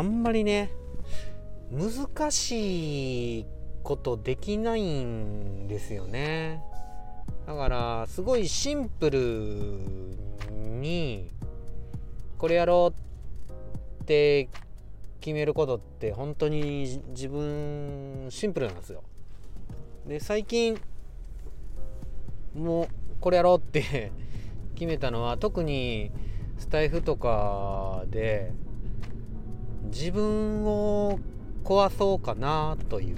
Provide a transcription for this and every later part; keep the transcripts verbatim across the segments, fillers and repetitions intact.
あんまりね難しいことできないんですよね。だからすごいシンプルにこれやろうって決めることって本当に自分シンプルなんですよ。で最近もうこれやろうって決めたのは、特にスタイフとかで自分を壊そうかなという、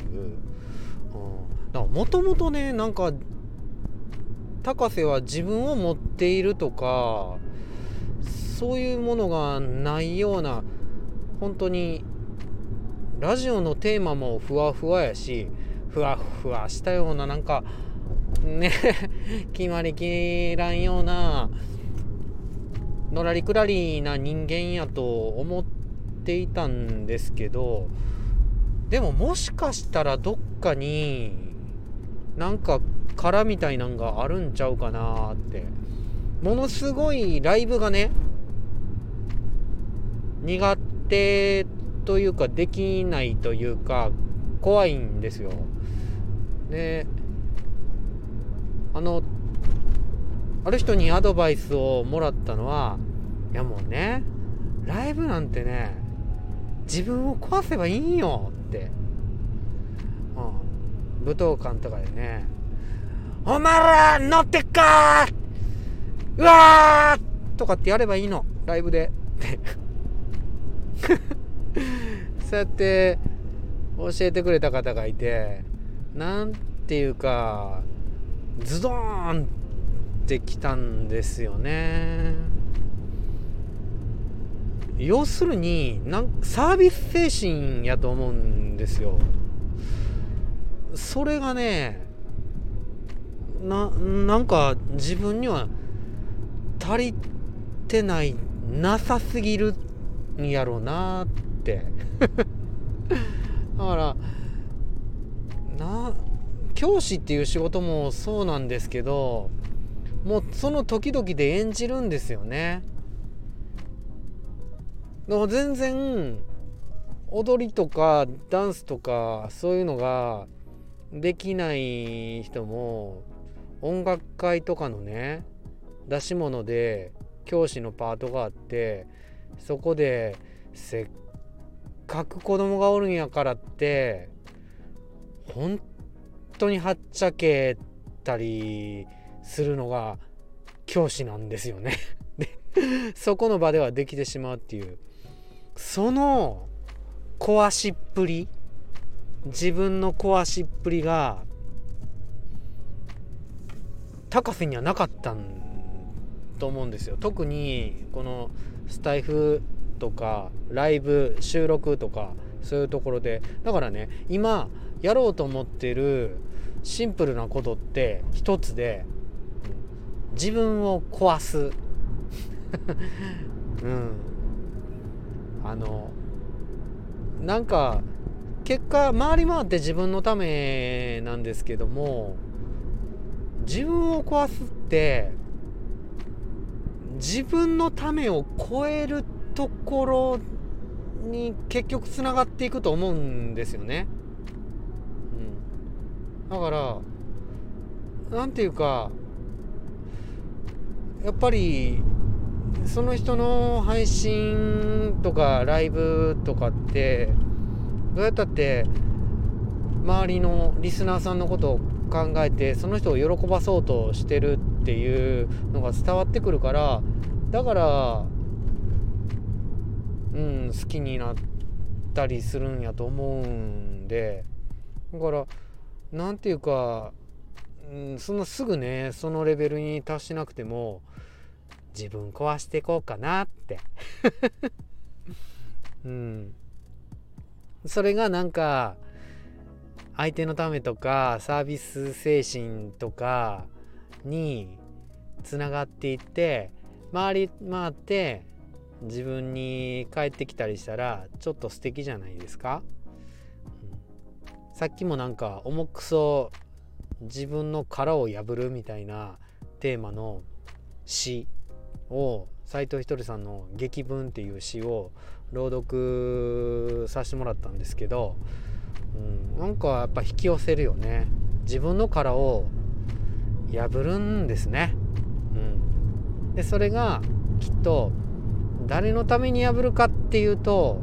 もともとねなんか高瀬は自分を持っているとかそういうものがないような、本当にラジオのテーマもふわふわやし、ふわふわしたような、なんかね決まりきらんようなのらりくらりな人間やと思っていたんですけど、でももしかしたらどっかになんか殻みたいなんがあるんちゃうかなって。ものすごいライブがね苦手というかできないというか怖いんですよ。であのある人にアドバイスをもらったのは、いやもうねライブなんてね自分を壊せばいいんよって、うん、武道館とかでね、お前ら乗ってっかーうわーとかってやればいいのライブでってそうやって教えてくれた方がいて、なんていうかズドーンってきたんですよね。要するになんサービス精神やと思うんですよ。それがねななんか自分には足りてないなさすぎるんやろうなってだからな教師っていう仕事もそうなんですけど、もうその時々で演じるんですよね。でも全然踊りとかダンスとかそういうのができない人も音楽会とかのね出し物で教師のパートがあって、そこでせっかく子供がおるんやからって本当にはっちゃけたりするのが教師なんですよねでそこの場ではできてしまうっていう、その壊しっぷり、自分の壊しっぷりが高瀬にはなかったんと思うんですよ。特にこのスタイフとかライブ収録とかそういうところで、だからね今やろうと思ってるシンプルなことって一つで、自分を壊すうんあのなんか結果回り回って自分のためなんですけども、自分を壊すって自分のためを超えるところに結局つながっていくと思うんですよね、うん、だからなんていうかやっぱりその人の配信とかライブとかってどうやったって周りのリスナーさんのことを考えてその人を喜ばそうとしてるっていうのが伝わってくるから、だからうん好きになったりするんやと思うんで、だからなんていうか、うん、そんなすぐねそのレベルに達しなくても自分壊していこうかなってうんそれがなんか相手のためとかサービス精神とかにつながっていって回り回って自分に返ってきたりしたらちょっと素敵じゃないですか、うん、さっきもなんか重くそ自分の殻を破るみたいなテーマの詩を斉藤ひとりさんの劇文っていう詩を朗読させてもらったんですけど、うん、なんかやっぱ引き寄せるよね。自分の殻を破るんですね、うん、でそれがきっと誰のために破るかっていうと、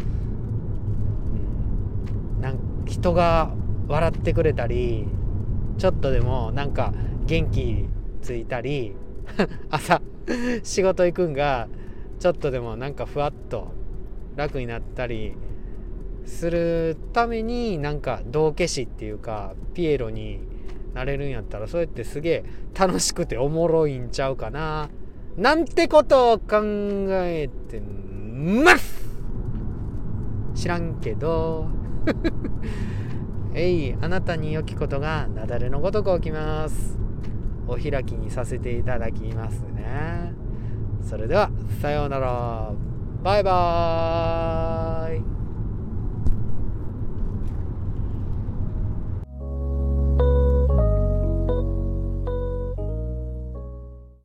うん、なん人が笑ってくれたり、ちょっとでもなんか元気ついたり朝仕事行くんがちょっとでもなんかふわっと楽になったりするために、なんか道化師っていうかピエロになれるんやったら、そうやってすげえ楽しくておもろいんちゃうかななんてことを考えてます知らんけどえい、あなたに良きことが雪崩のごとく起きます。お開きにさせていただきますね。それではさようなら、バイバーイ。